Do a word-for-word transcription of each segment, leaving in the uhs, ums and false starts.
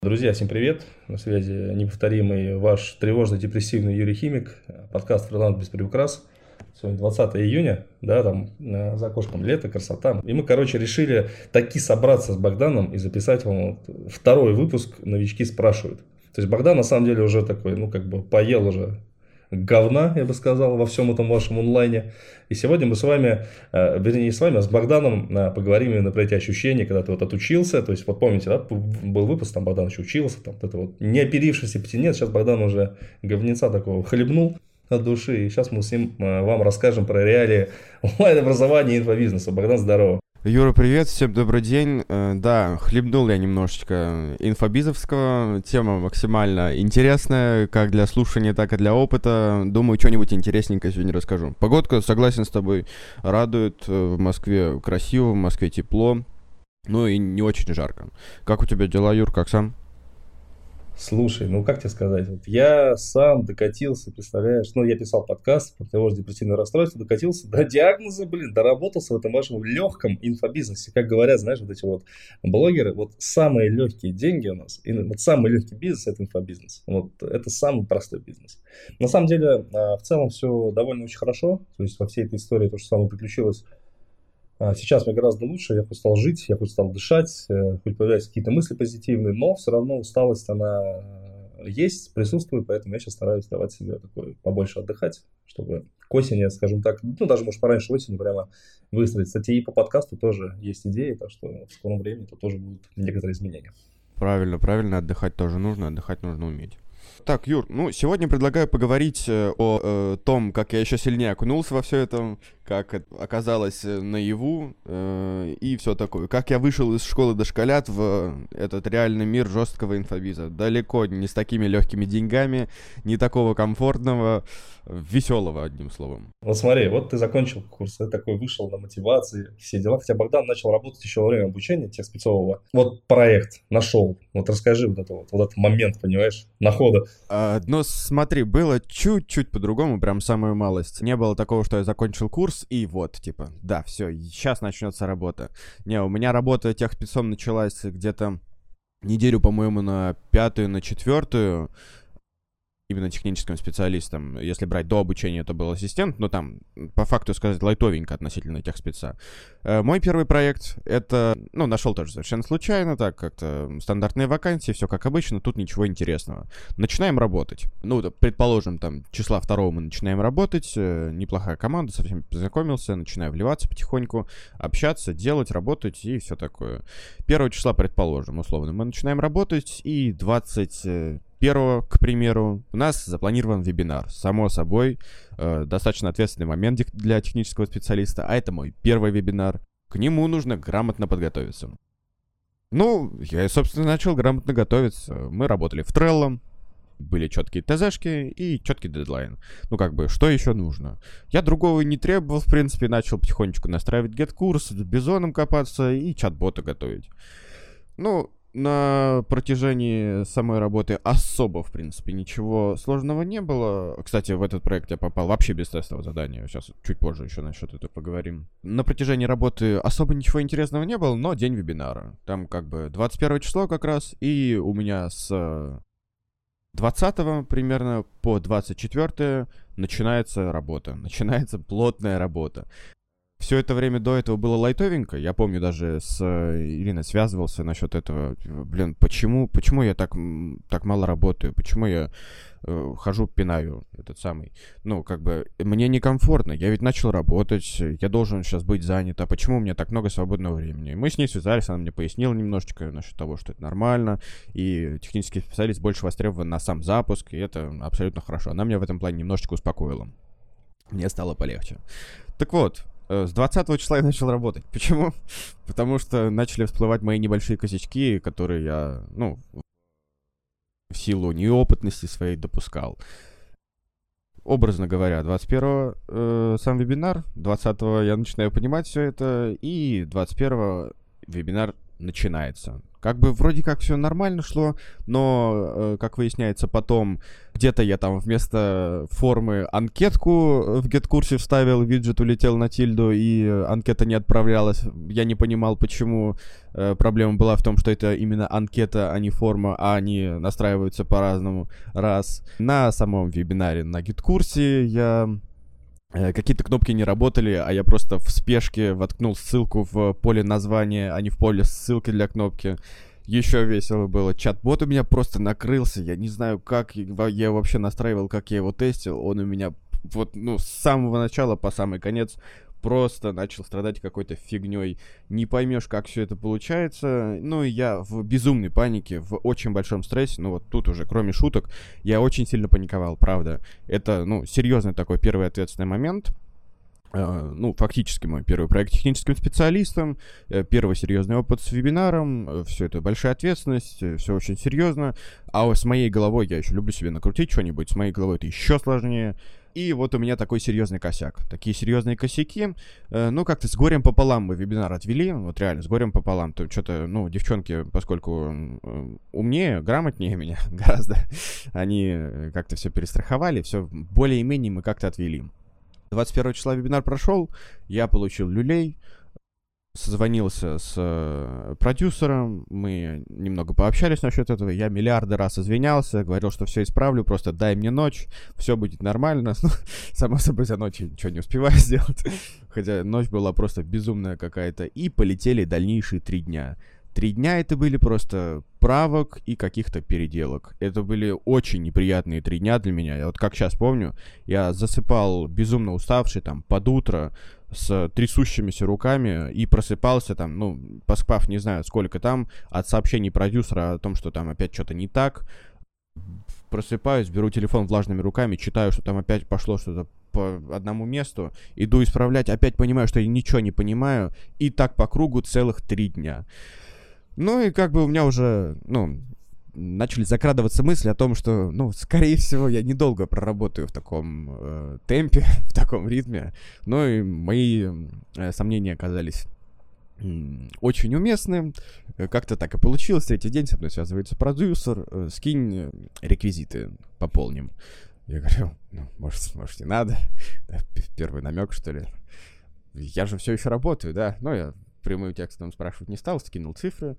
Друзья, всем привет! На связи неповторимый ваш тревожно-депрессивный Юрий Химик, подкаст «Фриланс без приукрас». Сегодня двадцатое июня, да, там э, за окошком лето, красота. И мы, короче, решили таки собраться с Богданом и записать вам вот второй выпуск «Новички спрашивают». То есть Богдан на самом деле уже такой, ну как бы поел уже говна, я бы сказал, во всем этом вашем онлайне. И сегодня мы с вами, э, вернее, не с вами, а с Богданом э, поговорим именно про эти ощущения, когда ты вот отучился. То есть, вот помните, да, был выпуск, там Богдан еще учился, там вот это вот неоперившийся птенец. Сейчас Богдан уже говнеца такого хлебнул от души. И сейчас мы с ним э, вам расскажем про реалии онлайн-образования и инфобизнеса. Богдан, здорово. Юра, привет, всем добрый день. Э, Да, хлебнул я немножечко инфобизовского. Тема максимально интересная, как для слушания, так и для опыта. Думаю, что-нибудь интересненькое сегодня расскажу. Погодка, согласен с тобой, радует. В Москве красиво, в Москве тепло. Ну и не очень жарко. Как у тебя дела, Юр, как сам? Слушай, ну как тебе сказать, вот я сам докатился, представляешь, ну я писал подкаст про тревожно-депрессивное расстройство, докатился до диагноза, блин, доработался в этом вашем легком инфобизнесе. Как говорят, знаешь, вот эти вот блогеры, вот самые легкие деньги у нас, и вот самый легкий бизнес – это инфобизнес. Вот это самый простой бизнес. На самом деле, а, в целом все довольно очень хорошо, то есть во всей этой истории то, что самое приключилось. А Сейчас мне гораздо лучше, я хоть стал жить, я хоть стал дышать, э, хоть появляются какие-то мысли позитивные, но все равно усталость, она э, есть, присутствует, поэтому я сейчас стараюсь давать себе такой побольше отдыхать, чтобы к осени, скажем так, ну даже может пораньше осени прямо выстроить. Кстати, и по подкасту тоже есть идеи, так что в скором времени то тоже будут некоторые изменения. Правильно, правильно, отдыхать тоже нужно, отдыхать нужно уметь. Так, Юр, ну, сегодня предлагаю поговорить э, о э, том, как я еще сильнее окунулся во все это, как это оказалось э, наяву э, и все такое. Как я вышел из школы дошколят в этот реальный мир жесткого инфобиза. Далеко не с такими легкими деньгами, не такого комфортного, веселого, одним словом. Вот смотри, вот ты закончил курс, ты такой вышел на мотивации, все дела. Хотя Богдан начал работать еще во время обучения техспецового. Вот проект нашел. Вот расскажи вот это вот, вот этот момент, понимаешь, находа. А, ну, смотри, было чуть-чуть по-другому, прям самую малость. Не было такого, что я закончил курс, и вот, типа, да, все, сейчас начнется работа. Не, у меня работа техспецом началась где-то неделю, по-моему, на пятую, на четвертую. Именно техническим специалистом. Если брать до обучения, это был ассистент, но там, по факту сказать, лайтовенько относительно техспеца. Э, мой первый проект, это, ну, нашел тоже совершенно случайно, так, как-то стандартные вакансии, все как обычно, тут ничего интересного. Начинаем работать. Ну, предположим, там, числа второго мы начинаем работать, э, неплохая команда, со всеми познакомился, начинаю вливаться потихоньку, общаться, делать, работать и все такое. Первого числа, предположим, условно, мы начинаем работать, и двадцать первого, к примеру, у нас запланирован вебинар. Само собой, э, достаточно ответственный момент для технического специалиста, а это мой первый вебинар. К нему нужно грамотно подготовиться. Ну, я, собственно, начал грамотно готовиться. Мы работали в Trello, были четкие ТЗшки и четкий дедлайн. Ну, как бы, что еще нужно? Я другого не требовал, в принципе, начал потихонечку настраивать гет-курс, с бизоном копаться и чат-бота готовить. Ну, на протяжении самой работы особо, в принципе, ничего сложного не было. Кстати, в этот проект я попал вообще без тестового задания. Сейчас чуть позже еще насчет этого поговорим. На протяжении работы особо ничего интересного не было, но день вебинара. Там как бы двадцать первое число как раз, и у меня с двадцатого примерно по двадцать четвёртое начинается работа. Начинается плотная работа. Все это время до этого было лайтовенько. Я помню, даже с Ириной связывался насчет этого. Блин, почему, почему я так, так мало работаю? Почему я э, хожу, пинаю этот самый? Ну, как бы, мне некомфортно. Я ведь начал работать, я должен сейчас быть занят. А почему у меня так много свободного времени? Мы с ней связались, она мне пояснила немножечко насчет того, что это нормально. И технический специалист больше востребован на сам запуск, и это абсолютно хорошо. Она меня в этом плане немножечко успокоила. Мне стало полегче. Так вот, с двадцатого числа я начал работать. Почему? Потому что начали всплывать мои небольшие косячки, которые я, ну, в силу неопытности своей допускал. Образно говоря, двадцать первого э, сам вебинар, двадцатого я начинаю понимать все это, и двадцать первого вебинар начинается. Как бы вроде как все нормально шло, но, э, как выясняется потом, где-то я там вместо формы анкетку в GetCourse вставил, виджет улетел на тильду, и анкета не отправлялась. Я не понимал, почему. Э, проблема была в том, что это именно анкета, а не форма, а они настраиваются по-разному. Раз. На самом вебинаре на GetCourse я... Какие-то кнопки не работали, а я просто в спешке воткнул ссылку в поле названия, а не в поле ссылки для кнопки. Еще весело было. Чат-бот у меня просто накрылся. Я не знаю, как я его вообще настраивал, как я его тестил. Он у меня вот, ну, с самого начала по самый конец просто начал страдать какой-то фигней. Не поймешь, как все это получается. Ну, и я в безумной панике, в очень большом стрессе. Ну, вот тут уже, кроме шуток, я очень сильно паниковал, правда. Это, ну, серьезный такой первый ответственный момент. Uh, ну, фактически мой первый проект техническим специалистом, uh, первый серьезный опыт с вебинаром, uh, все это большая ответственность, uh, все очень серьезно, а с моей головой, я еще люблю себе накрутить что-нибудь, с моей головой это еще сложнее, и вот у меня такой серьезный косяк, такие серьезные косяки, uh, ну, как-то с горем пополам мы вебинар отвели, вот реально, с горем пополам, то что-то, ну, девчонки, поскольку uh, умнее, грамотнее меня гораздо, они как-то все перестраховали, все более-менее мы как-то отвели. двадцать первого числа вебинар прошел, я получил люлей, созвонился с э, продюсером, мы немного пообщались насчет этого, я миллиарды раз извинялся, говорил, что все исправлю, просто дай мне ночь, все будет нормально. Ну, само собой, за ночь ничего не успеваю сделать, хотя ночь была просто безумная какая-то, и полетели дальнейшие три дня. Три дня это были просто правок и каких-то переделок. Это были очень неприятные три дня для меня. Я вот как сейчас помню, я засыпал безумно уставший там под утро с трясущимися руками и просыпался там, ну, поспав не знаю сколько там, от сообщений продюсера о том, что там опять что-то не так. Просыпаюсь, беру телефон влажными руками, читаю, что там опять пошло что-то по одному месту, иду исправлять, опять понимаю, что я ничего не понимаю, и так по кругу целых три дня. Ну и как бы у меня уже, ну, начали закрадываться мысли о том, что, ну, скорее всего, я недолго проработаю в таком э, темпе, в таком ритме. Ну и мои э, сомнения оказались м- очень уместны. Как-то так и получилось. Третий день со мной связывается продюсер. Э, скинь реквизиты, пополним. Я говорю, ну, может, может не надо. Первый намек, что ли. Я же все еще работаю, да. Ну, я... прямым текстом спрашивать не стал, скинул цифры,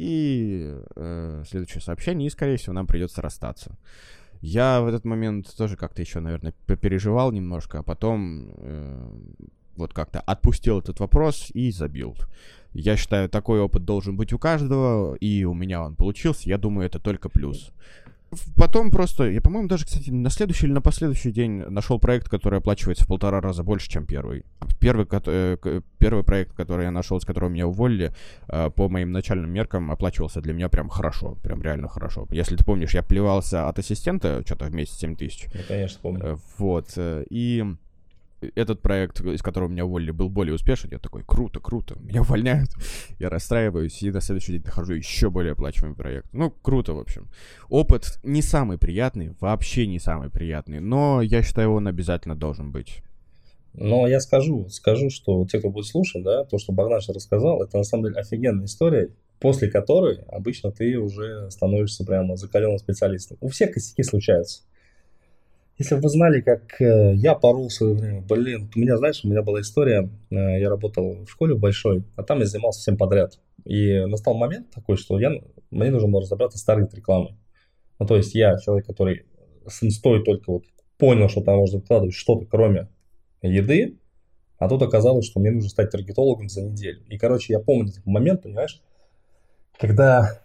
и э, следующее сообщение, и, скорее всего, нам придется расстаться. Я в этот момент тоже как-то еще, наверное, попереживал немножко, а потом э, вот как-то отпустил этот вопрос и забил. Я считаю, такой опыт должен быть у каждого, и у меня он получился, я думаю, это только плюс. Потом просто, я, по-моему, даже, кстати, на следующий или на последующий день нашел проект, который оплачивается в полтора раза больше, чем первый. Первый, первый проект, который я нашел, с которого меня уволили, по моим начальным меркам оплачивался для меня прям хорошо, прям реально хорошо. Если ты помнишь, я плевался от ассистента что-то в месяц семь тысяч. Я, конечно, помню. Вот, и... этот проект, из которого меня уволили, был более успешен. Я такой, круто, круто, меня увольняют. Я расстраиваюсь, и на следующий день нахожу еще более оплачиваемый проект. Ну, круто, в общем. Опыт не самый приятный, вообще не самый приятный, но я считаю, он обязательно должен быть. Но я скажу, скажу, что те, кто будет слушать, да, то, что Богдан сейчас рассказал, это на самом деле офигенная история, после которой обычно ты уже становишься прямо закаленным специалистом. У всех косяки случаются. Если бы вы знали, как э, я порол в свое время, блин, у меня, знаешь, у меня была история, э, я работал в школе большой, а там я занимался всем подряд. И настал момент такой, что я, мне нужно было разобраться с таргет рекламой. Ну, то есть я человек, который с инстой только вот понял, что там можно вкладывать что-то, кроме еды, а тут оказалось, что мне нужно стать таргетологом за неделю. И, короче, я помню этот момент, понимаешь, когда...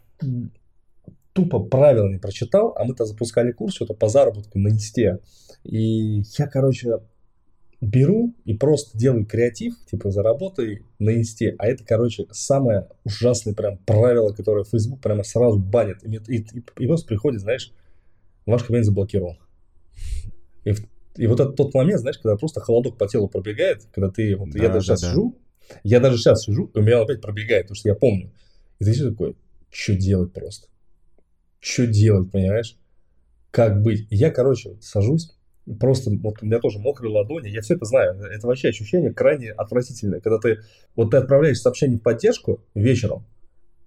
тупо правила не прочитал, а мы-то запускали курс что-то по заработку на инсте. И я, короче, беру и просто делаю креатив, типа заработай на инсте. А это, короче, самое ужасное прям правило, которое Facebook прямо сразу банит. И, и, и, и просто приходит, знаешь, ваш кабинет заблокирован. И, и вот этот тот момент, знаешь, когда просто холодок по телу пробегает, когда ты, вот, да, я даже да, сейчас да. сижу, я даже сейчас сижу, и у меня опять пробегает, потому что я помню. И ты сидишь такой, что делать просто? Что делать, понимаешь? Как быть? И я, короче, сажусь, просто, вот у меня тоже мокрые ладони, я все это знаю. Это вообще ощущение крайне отвратительное. Когда ты, вот ты отправляешь сообщение в поддержку вечером,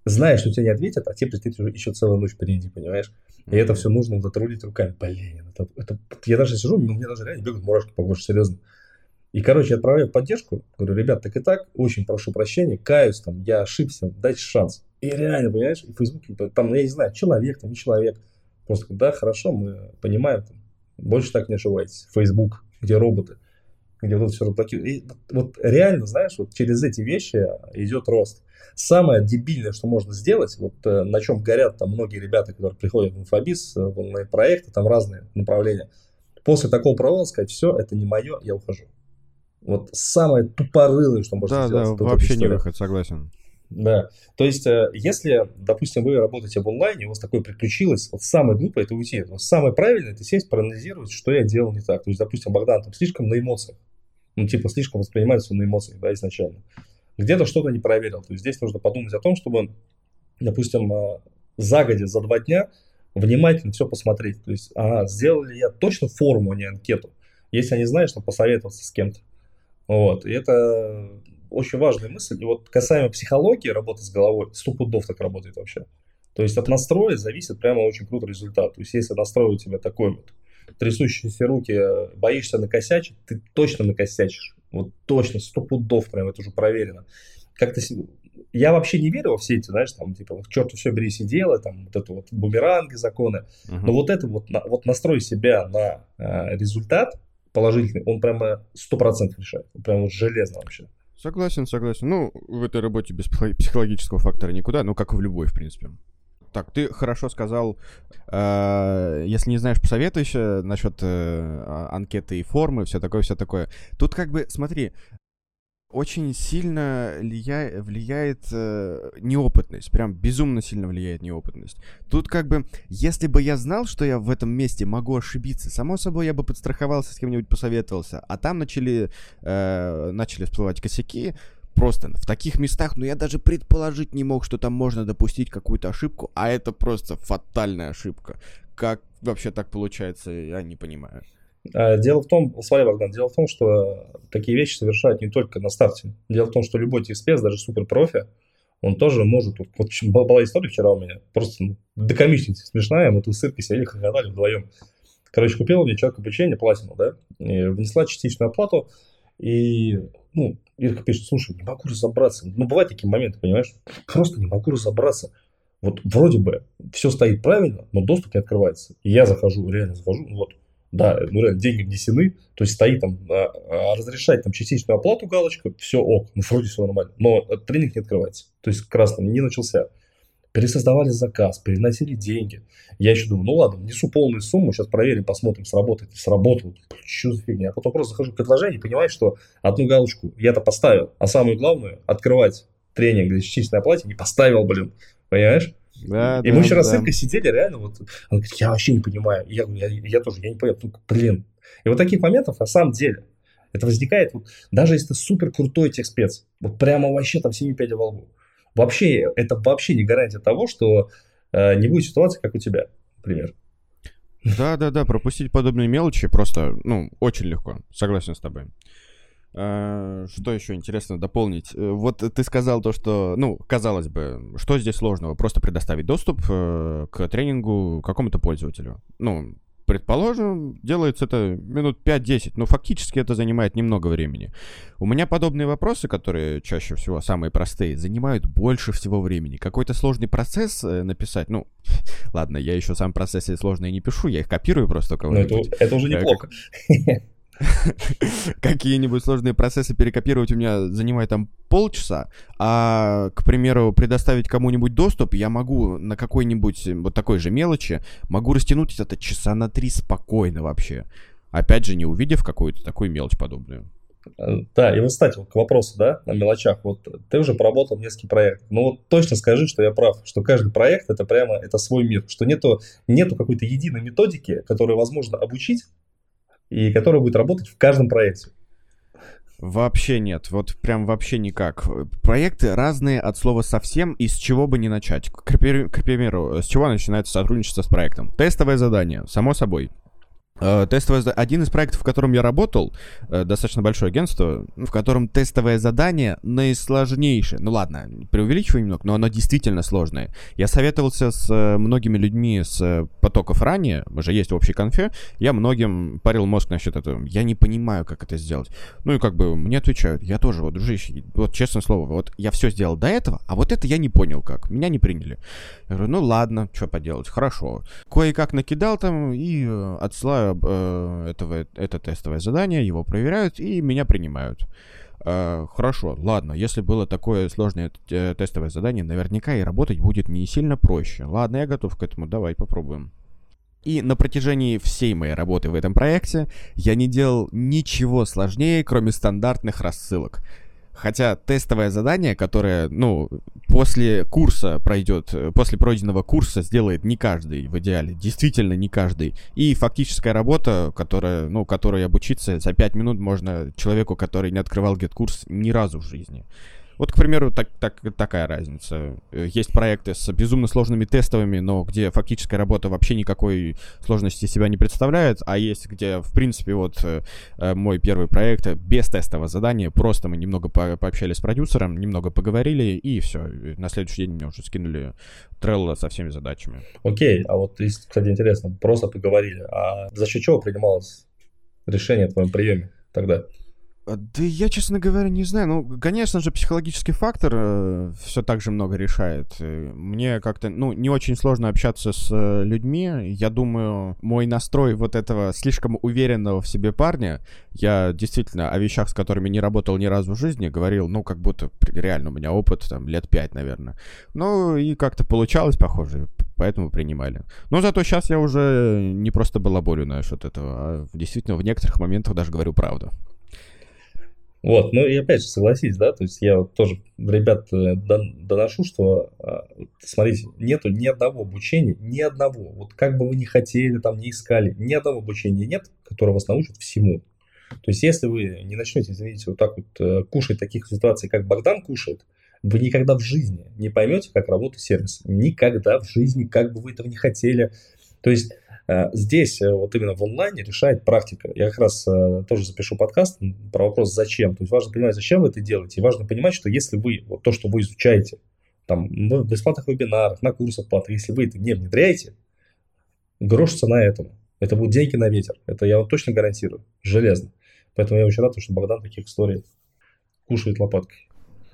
знаешь, что тебе не ответят, а тебе предстоит уже еще целая ночь впереди, понимаешь? И это все нужно вот отрулить руками. Блин, это, это, я даже сижу, у меня даже реально бегают мурашки по коже, серьезно. И, короче, я отправляю поддержку, говорю, ребят, так и так, очень прошу прощения, каюсь, там, я ошибся, дайте шанс. И реально, понимаешь, и в Фейсбуке, там, я не знаю, человек, там, не человек. Просто, да, хорошо, мы понимаем, там, больше так не ошибайтесь. Фейсбук, где роботы, где вот это все разблокируют. И вот реально, знаешь, вот через эти вещи идет рост. Самое дебильное, что можно сделать, вот э, на чем горят там многие ребята, которые приходят в инфобиз, в онлайн-проекты, там разные направления. После такого провала сказать, все, это не мое, я ухожу. Вот самое тупорылое, что можно Да, сделать. да, это вообще не выход, согласен. Да, то есть, э, если, допустим, вы работаете в онлайне, у вас такое приключилось, вот самое глупое – это уйти. Вот самое правильное – это сесть, проанализировать, что я делал не так. То есть, допустим, Богдан там слишком на эмоциях, ну, типа, слишком воспринимается на эмоциях, да, изначально. Где-то что-то не проверил. То есть, здесь нужно подумать о том, чтобы, допустим, э, загодя за два дня внимательно все посмотреть. То есть, ага, сделал ли я точно форму, а не анкету. Если не знаешь, то посоветоваться с кем-то. Вот, и это очень важная мысль. И вот касаемо психологии, работы с головой, сто пудов так работает вообще. То есть от настроя зависит прямо очень крутой результат. То есть если настрой у тебя такой вот, трясущиеся руки, боишься накосячить, ты точно накосячишь. Вот точно, сто пудов прям, это уже проверено. Как-то я вообще не верю во все эти, знаешь, там, типа, к черту все бери и делай, там, вот это вот бумеранги, законы. Uh-huh. Но вот это вот, вот настрой себя на э, результат положительный, он прямо сто процентов решает. Он прям вот железно вообще. Согласен, согласен. Ну, в этой работе без психологического фактора никуда, ну, как и в любой, в принципе. Так, ты хорошо сказал, э, если не знаешь, посоветуйся насчет э, анкеты и формы, все такое, все такое. Тут как бы, смотри, очень сильно влия... влияет э, неопытность, прям безумно сильно влияет неопытность. Тут как бы, если бы я знал, что я в этом месте могу ошибиться, само собой я бы подстраховался, с кем-нибудь посоветовался, а там начали, э, начали всплывать косяки, просто в таких местах, ну я даже предположить не мог, что там можно допустить какую-то ошибку, а это просто фатальная ошибка. Как вообще так получается, я не понимаю. Дело в том, смотри, Богдан, дело в том, что такие вещи совершают не только на старте. Дело в том, что любой техспец, даже суперпрофи, он тоже может... Вот, вот была история вчера у меня, просто ну, до комичности смешная, мы тут в цирке сидели, хохотали вдвоем. Короче, купила мне человек обучение, платину, да, и внесла частичную оплату, и, ну, Ирка пишет, слушай, не могу разобраться. Ну, бывают такие моменты, понимаешь, просто не могу разобраться. Вот вроде бы все стоит правильно, но доступ не открывается. И я захожу, реально захожу, ну вот, да, ну реально, деньги внесены, то есть стоит там, а, а разрешать там частичную оплату галочка, все ок, ну вроде все нормально, но тренинг не открывается, то есть красным не начался. Пересоздавали заказ, переносили деньги. Я еще думаю, ну ладно, внесу полную сумму, сейчас проверим, посмотрим, сработает. Сработало. Что за фигня? А потом просто захожу в предложение и понимаю, что одну галочку я-то поставил, а самое главное, открывать тренинг для частичной оплаты не поставил, блин. Понимаешь? Да, и да, мы вчера да. с Иркой сидели, реально, вот, она говорит, я вообще не понимаю. И я говорю, я, я тоже, я не понимаю. Ну, блин. И вот таких моментов на самом деле, это возникает, вот, даже если ты супер крутой техспец, вот прямо вообще там семи пядей во лбу. Вообще, это вообще не гарантия того, что э, не будет ситуации, как у тебя, например. Да-да-да, пропустить подобные мелочи просто, ну, очень легко. Согласен с тобой. А, что еще интересно дополнить? Вот ты сказал то, что, ну, казалось бы, что здесь сложного? Просто предоставить доступ э, к тренингу какому-то пользователю. Ну, предположим, делается это минут пять-десять, но фактически это занимает немного времени. У меня подобные вопросы, которые чаще всего самые простые, занимают больше всего времени. Какой-то сложный процесс написать, ну, ладно, я еще сам процессы сложные не пишу, я их копирую просто у кого-нибудь. Это, это уже неплохо. Какие-нибудь сложные процессы перекопировать у меня занимает там полчаса, а, к примеру, предоставить кому-нибудь доступ я могу на какой-нибудь вот такой же мелочи, могу растянуть это часа на три спокойно вообще. Опять же, не увидев какую-то такую мелочь подобную. Да, и вот, кстати, вот к вопросу, да, о мелочах. Вот ты уже поработал в нескольких проектах. Ну вот точно скажи, что я прав, что каждый проект это прямо это свой мир, что нету, нету какой-то единой методики, которую возможно обучить, и которая будет работать в каждом проекте. Вообще нет, вот прям вообще никак. Проекты разные от слова совсем, и с чего бы не начать. К примеру, с чего начинается сотрудничество с проектом? Тестовое задание, само собой. Э, Тестовое, за- один из проектов, в котором я работал, э, достаточно большое агентство, в котором тестовое задание наисложнейшее. Ну ладно, преувеличиваю немного, но оно действительно сложное. Я советовался с э, многими людьми с э, потоков ранее, мы же есть в общей конфе, я многим парил мозг насчет этого. Я не понимаю, как это сделать. Ну и как бы мне отвечают, я тоже, вот, дружище, вот честное слово, вот я все сделал до этого, а вот это я не понял как, меня не приняли. Я говорю, ну ладно, что поделать, хорошо. Кое-как накидал там и э, отсылаю э, этого, это тестовое задание, его проверяют и меня принимают. Э, хорошо, ладно, если было такое сложное э, тестовое задание, наверняка и работать будет не сильно проще. Ладно, я готов к этому, давай попробуем. И на протяжении всей моей работы в этом проекте я не делал ничего сложнее, кроме стандартных рассылок. Хотя тестовое задание, которое, ну, после курса пройдет, э, после пройденного курса сделает не каждый в идеале, действительно не каждый. И фактическая работа, которая, ну, которой обучиться за пять минут можно человеку, который не открывал гид-курс ни разу в жизни. Вот, к примеру, так, так, такая разница. Э, Есть проекты с безумно сложными тестовыми, но где фактическая работа вообще никакой сложности себя не представляет, а есть, где, в принципе, вот э, э, мой первый проект э, без тестового задания, просто мы немного по- пообщались с продюсером, немного поговорили, и все. На следующий день мне уже скинули Trello со всеми задачами. Окей, а вот, если, кстати, интересно, просто поговорили, а за счет чего принималось решение о твоем приеме тогда? А, Да я, честно говоря, не знаю. Ну, конечно же, психологический фактор все так же много решает. Э, Мне как-то, ну, не очень сложно общаться с э, людьми. Я думаю, мой настрой вот этого слишком уверенного в себе парня, я действительно о вещах, с которыми не работал ни разу в жизни, говорил, ну, как будто при- реально у меня опыт, там, лет пять, наверное. Ну, и как-то получалось, похоже, п- поэтому принимали. Но зато сейчас я уже не просто балаболю насчет этого, а действительно в некоторых моментах даже говорю правду. Вот, ну и опять же, согласись, да, то есть я вот тоже ребят э, дон- доношу, что, а, вот смотрите, нету ни одного обучения, ни одного, вот как бы вы ни хотели, там, не искали, ни одного обучения нет, которое вас научит всему. То есть если вы не начнете, извините, вот так вот э, кушать таких ситуаций, как Богдан кушает, вы никогда в жизни не поймете, как работает сервис. Никогда в жизни, как бы вы этого не хотели. То есть э, здесь э, вот именно в онлайне решает практика. Я как раз э, тоже запишу подкаст про вопрос «зачем?». То есть важно понимать, зачем вы это делаете. И важно понимать, что если вы, вот то, что вы изучаете, там, в бесплатных вебинарах, на курсах платных, если вы это не внедряете, грош цена этому. Это будут деньги на ветер. Это я вам точно гарантирую. Железно. Поэтому я очень рад, что Богдан таких историй кушает лопаткой.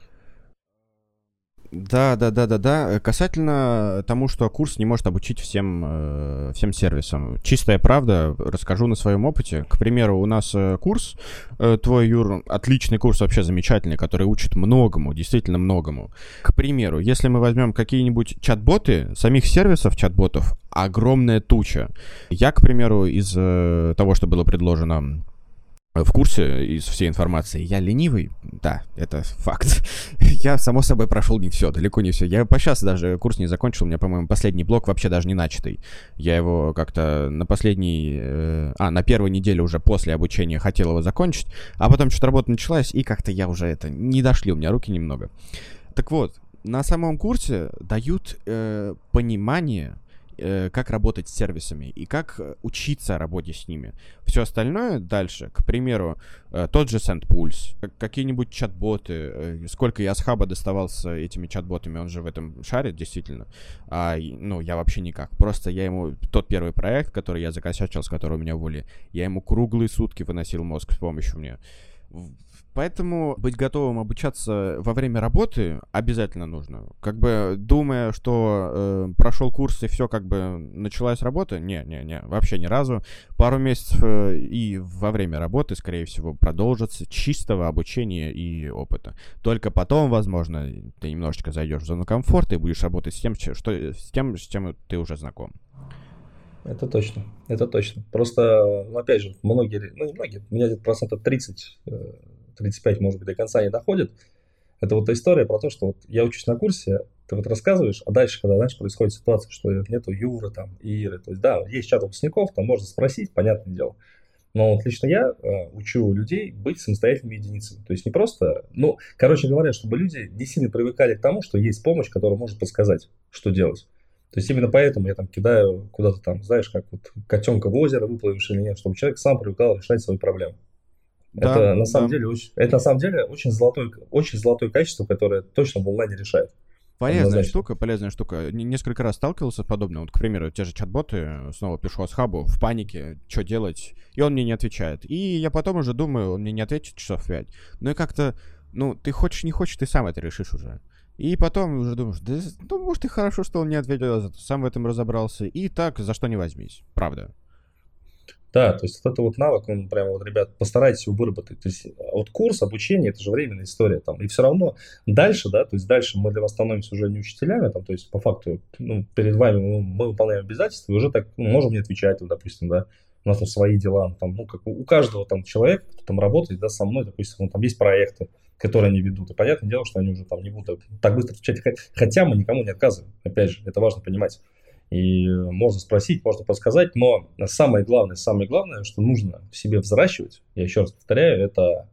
Да, да, да, да, да. Э, Касательно тому, что курс не может обучить всем, э, всем сервисам. Чистая правда, расскажу на своем опыте. К примеру, у нас э, курс, э, твой, Юр, отличный курс, вообще замечательный, который учит многому, действительно многому. К примеру, если мы возьмем какие-нибудь чат-боты, самих сервисов чат-ботов огромная туча. Я, к примеру, из э, того, что было предложено в курсе из всей информации. Я ленивый, да, это факт. Я, само собой, прошел не все, далеко не все. Я по сейчас даже курс не закончил, у меня, по-моему, последний блок вообще даже не начатый. Я его как-то на последней... э, а, на первой неделе уже после обучения хотел его закончить, а потом что-то работа началась, и как-то я уже это... Не дошли у меня руки немного. Так вот, на самом курсе дают э, понимание, э, как работать с сервисами и как э, учиться работе с ними. Все остальное дальше, к примеру, э, тот же SendPulse, как- какие-нибудь чат-боты, э, сколько я с хаба доставался этими чат-ботами, он же в этом шарит, действительно. А, и, ну, я вообще никак. Просто я ему, тот первый проект, который я закосячил, с которого меня уволили, я ему круглые сутки выносил мозг с помощью мне. В- Поэтому быть готовым обучаться во время работы обязательно нужно. Как бы думая, что э, прошел курс и все, как бы началась работа, не-не-не, вообще ни разу. Пару месяцев э, и во время работы, скорее всего, продолжится чистого обучения и опыта. Только потом, возможно, ты немножечко зайдешь в зону комфорта и будешь работать с тем, че- что, с тем, с чем ты уже знаком. Это точно, это точно. Просто, ну, опять же, многие, ну не многие, у меня где-то процентов тридцать, э, тридцать пять, может быть, до конца не доходит. Это вот та история про то, что вот я учусь на курсе, ты вот рассказываешь, а дальше, когда, знаешь, происходит ситуация, что нету Юры, там, Иры, то есть, да, есть чат выпускников, там можно спросить, понятное дело. Но вот лично я э, учу людей быть самостоятельными единицами. То есть не просто, ну, короче говоря, чтобы люди не сильно привыкали к тому, что есть помощь, которая может подсказать, что делать. То есть именно поэтому я там кидаю куда-то там, знаешь, как вот котенка в озеро выплывешь или нет, чтобы человек сам привыкал решать свои проблемы. Да, Это на самом да. деле очень, это на самом деле очень золотое, очень золотое качество, которое точно в онлайне решает. Полезная Однозначно. штука, полезная штука. Н- Несколько раз сталкивался с подобным. Вот, к примеру, те же чат-боты, снова пишу Асхабу в панике, что делать, и он мне не отвечает. И я потом уже думаю, он мне не ответит часов пять. Ну и как-то, ну, ты хочешь, не хочешь, ты сам это решишь уже. И потом уже думаешь, да, ну, может, и хорошо, что он не ответил, зато сам в этом разобрался. И так, за что не возьмись. Правда. Да, то есть вот это вот навык, он прямо вот, ребят, постарайтесь его выработать. То есть а вот курс, обучение, это же временная история там. И все равно дальше, да, то есть дальше мы для вас становимся уже не учителями, там, то есть по факту, ну, перед вами мы, мы выполняем обязательства, и уже так, ну, можем не отвечать, вот, допустим, да, у нас там свои дела, там, ну, как у, у каждого там человека, кто там работает, да, со мной, допустим, ну, там есть проекты, которые они ведут, и понятное дело, что они уже там не будут так быстро отвечать, хотя мы никому не отказываем, опять же, это важно понимать. И можно спросить, можно подсказать, но самое главное, самое главное, что нужно в себе взращивать, я еще раз повторяю, это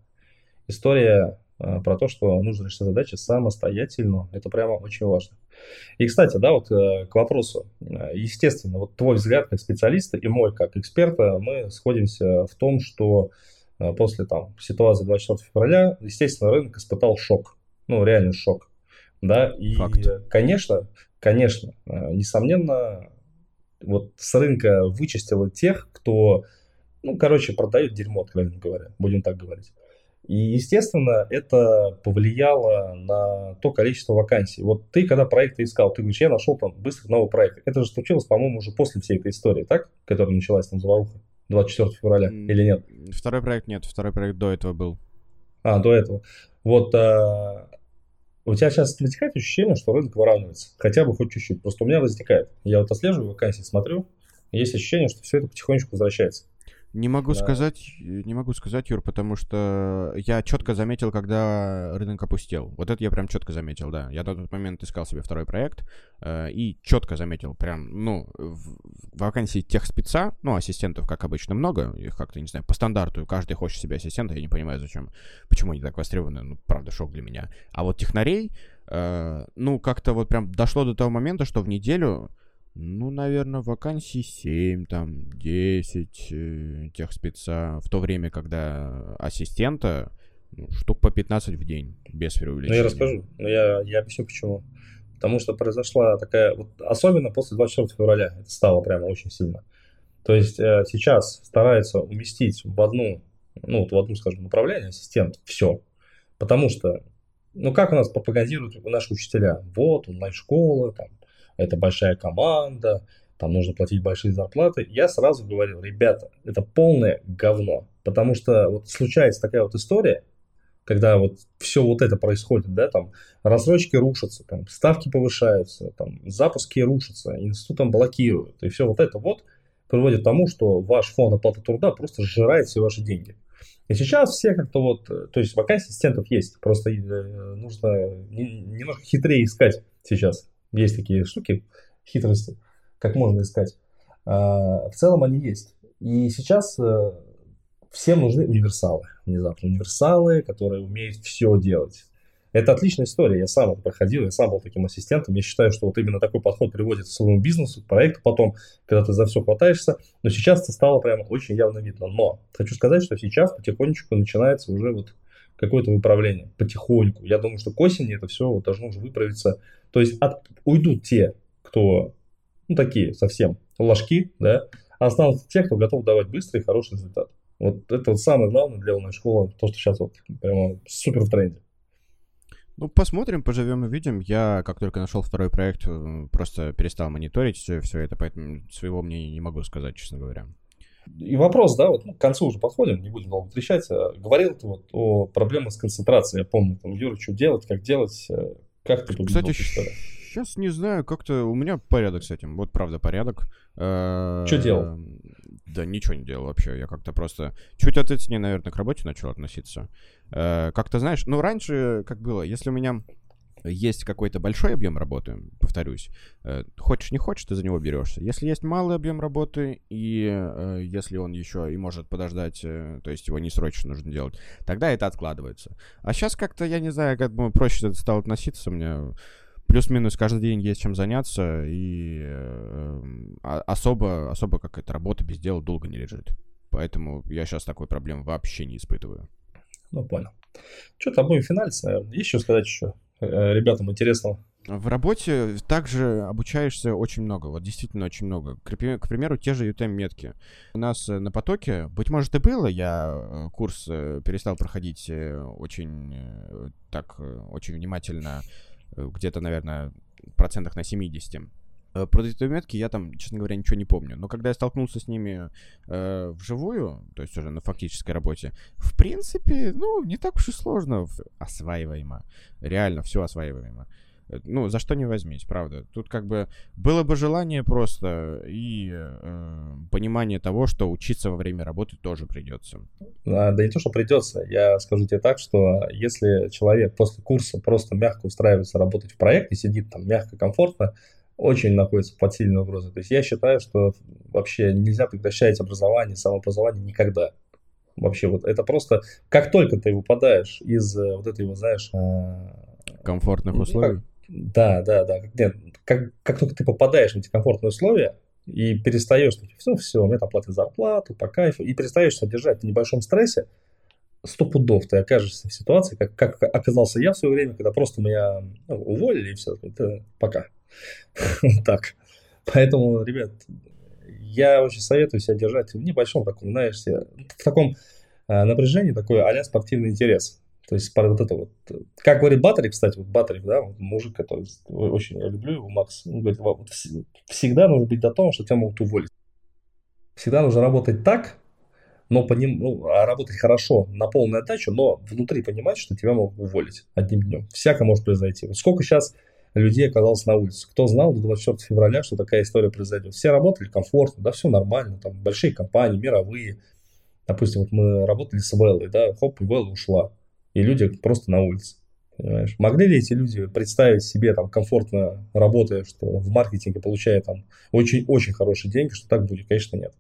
история э, про то, что нужно решать задачи самостоятельно. Это прямо очень важно. И, кстати, да, вот э, к вопросу. Э, Естественно, вот твой взгляд как специалиста и мой как эксперта, мы сходимся в том, что э, после там ситуации двадцать четвёртого февраля, естественно, рынок испытал шок. Ну, реальный шок. Да, и, Факт. конечно, конечно, э, несомненно, вот с рынка вычистило тех, кто, ну, короче, продает дерьмо, откровенно говоря, будем так говорить. И, естественно, это повлияло на то количество вакансий. Вот ты, когда проекты искал, ты говоришь, я нашел там быстро новый проект. Это же случилось, по-моему, уже после всей этой истории, так? Которая началась там заваруха двадцать четвёртого февраля, или нет? М, Второй проект нет, второй проект до этого был. А, до этого. Вот, а, у тебя сейчас возникает ощущение, что рынок выравнивается, хотя бы хоть чуть-чуть. Просто у меня возникает. Я вот отслеживаю вакансии, смотрю, и есть ощущение, что все это потихонечку возвращается. Не могу Да. сказать, э, не могу сказать, Юр, потому что я четко заметил, когда рынок опустел. Вот это я прям четко заметил, да. Я на тот момент искал себе второй проект э, и четко заметил, прям, ну, в, в вакансии техспеца, ну, ассистентов, как обычно, много. Их как-то, не знаю, по стандарту каждый хочет себе ассистента, я не понимаю, зачем, почему они так востребованы, ну, правда, шок для меня. А вот технарей, э, ну, как-то вот прям дошло до того момента, что в неделю... Ну, наверное, вакансий семь, там, десять э, техспеца, в то время, когда ассистента ну, штук по пятнадцать в день, без Ну, я преувеличения. расскажу, но я, я объясню почему. Потому что произошла такая, вот, особенно после двадцать четвёртого февраля, это стало прямо очень сильно. То есть э, сейчас стараются уместить в одну, ну, вот в одну, скажем, направление ассистент все. Потому что, ну, как у нас пропагандируют наши учителя? Вот, онлайн-школа, там, это большая команда, там нужно платить большие зарплаты. Я сразу говорил, ребята, это полное говно. Потому что вот случается такая вот история, когда вот все вот это происходит, да, там рассрочки рушатся, там ставки повышаются, там запуски рушатся, институт там блокируют, и все вот это вот приводит к тому, что ваш фонд оплаты труда просто сжирает все ваши деньги. И сейчас все как-то вот, то есть вакансий ассистентов есть, просто э, нужно не- немножко хитрее искать сейчас. Есть такие штуки, хитрости, как можно искать. А, в целом они есть. И сейчас э, всем нужны универсалы, внезапно. Универсалы, которые умеют все делать. Это отличная история. Я сам это проходил, я сам был таким ассистентом. Я считаю, что вот именно такой подход приводит к своему бизнесу, к проекту потом, когда ты за все хватаешься. Но сейчас это стало прямо очень явно видно. Но хочу сказать, что сейчас потихонечку начинается уже вот какое-то выправление. Потихоньку. Я думаю, что к осени это все вот должно уже выправиться. То есть от, уйдут те, кто, ну, такие совсем ложки, да, а останутся те, кто готов давать быстрый и хороший результат. Вот это вот самое главное для онлайн-школы, то, что сейчас вот прямо супер в тренде. Ну, посмотрим, поживем и видим. Я, как только нашел второй проект, э, просто перестал мониторить все, все это, поэтому своего мнения не могу сказать, честно говоря. И вопрос, да, вот ну, к концу уже подходим, не будем долго трещать. А Говорил ты вот о проблемах с концентрацией. Я помню, там, Юра, что делать, как делать, э, как ты победил Кстати, эту историю? сейчас не знаю, как-то у меня порядок с этим. Вот правда порядок. Что делал? Да ничего не делал вообще. Я как-то просто чуть ответственнее, наверное, к работе начал относиться. Э, Как-то, знаешь, ну раньше как было, если у меня есть какой-то большой объем работы, повторюсь, э, хочешь не хочешь, ты за него берешься. Если есть малый объем работы, и э, если он еще и может подождать, э, то есть его не срочно нужно делать, тогда это откладывается. А сейчас как-то, я не знаю, как бы проще это стало относиться, мне плюс-минус каждый день есть чем заняться, и э, особо, особо какая-то работа без дела долго не лежит. Поэтому я сейчас такой проблемы вообще не испытываю. Ну, понял. Что-то будем финалиться, наверное. Есть что сказать еще ребятам интересного? В работе также обучаешься очень много, вот действительно очень много. К, к примеру, те же ю ти эм-метки. У нас на потоке, быть может и было, я курс перестал проходить очень так, очень внимательно, где-то, наверное, в процентах на семьдесят. Про ю ти эм-метки я там, честно говоря, ничего не помню. Но когда я столкнулся с ними э, вживую, то есть уже на фактической работе, в принципе, ну, не так уж и сложно осваиваемо. Реально все осваиваемо. Ну, за что не возьмись, правда. Тут как бы было бы желание просто и э, понимание того, что учиться во время работы тоже придется. Да не то, что придется. Я скажу тебе так, что если человек после курса просто мягко устраивается работать в проекте, сидит там мягко, комфортно, очень находится под сильной угрозой. То есть я считаю, что вообще нельзя прекращать образование, самообразование никогда. Вообще вот это просто, как только ты выпадаешь из вот этой, вот, знаешь... комфортных условий? Как, да, да, да. Нет, как, как только ты попадаешь в эти комфортные условия и перестаешь, ну все, у меня там платят зарплату, по кайфу, и перестаешь содержать в небольшом стрессе, сто пудов ты окажешься в ситуации, как, как оказался я в свое время, когда просто меня ну, уволили и все, это пока. Так. Поэтому, ребят, я очень советую себя держать в небольшом таком, знаешь, в таком напряжении, такой а-ля спортивный интерес. То есть вот это вот, как говорит Батарев, кстати, вот Батарев, да, вот мужик, который очень я люблю его, Макс, он говорит, вот, всегда нужно быть готовым, что тебя могут уволить. Всегда нужно работать так, но по ним, ну, работать хорошо, на полную отдачу, но внутри понимать, что тебя могут уволить одним днем. Всякое может произойти. Вот сколько сейчас людей оказалось на улице. Кто знал до двадцать четвёртого февраля, что такая история произойдет? Все работали комфортно, да, все нормально, там большие компании, мировые. Допустим, вот мы работали с Веллой, да, хоп, и Велла ушла. И люди просто на улице, понимаешь? Могли ли эти люди представить себе там комфортно работая, что в маркетинге получая там очень-очень хорошие деньги, что так будет? Конечно, нет.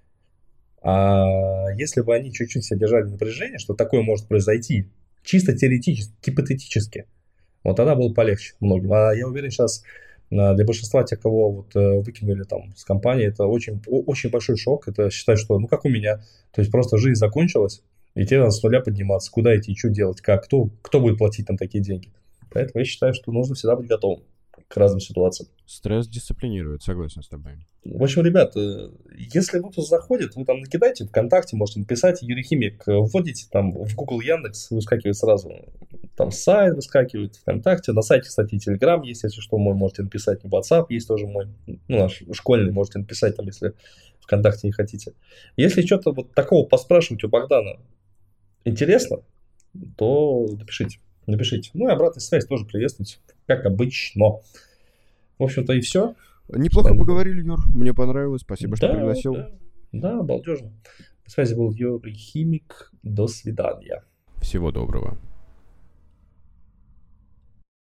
А если бы они чуть-чуть себя держали напряжение, что такое может произойти, чисто теоретически, гипотетически, вот тогда было полегче многим. А я уверен, сейчас для большинства тех, кого вот выкинули там с компании, это очень, очень большой шок. Это считать, что, ну, как у меня, то есть просто жизнь закончилась, и тебе надо с нуля подниматься. Куда идти, что делать, как, кто, кто будет платить там такие деньги. Поэтому я считаю, что нужно всегда быть готовым к разным ситуациям. Стресс дисциплинирует, согласен с тобой. В общем, ребят, если выпуск заходит, вы там накидайте ВКонтакте, можете написать Юрий Химик, вводите там в Google, Яндекс, выскакивает сразу, там сайт выскакивает ВКонтакте, на сайте, кстати, Телеграм есть, если что, мой можете написать, WhatsApp есть тоже мой, ну, наш школьный, можете написать там, если ВКонтакте не хотите. Если что-то вот такого поспрашивать у Богдана интересно, то напишите, напишите. Ну и обратная связь тоже приветствуйте, как обычно. В общем-то и все. Неплохо Что поговорили, Юр. Мне понравилось. Спасибо, да, что пригласил. Да, да, балдежно. На связи был Юрий Химик. До свидания. Всего доброго.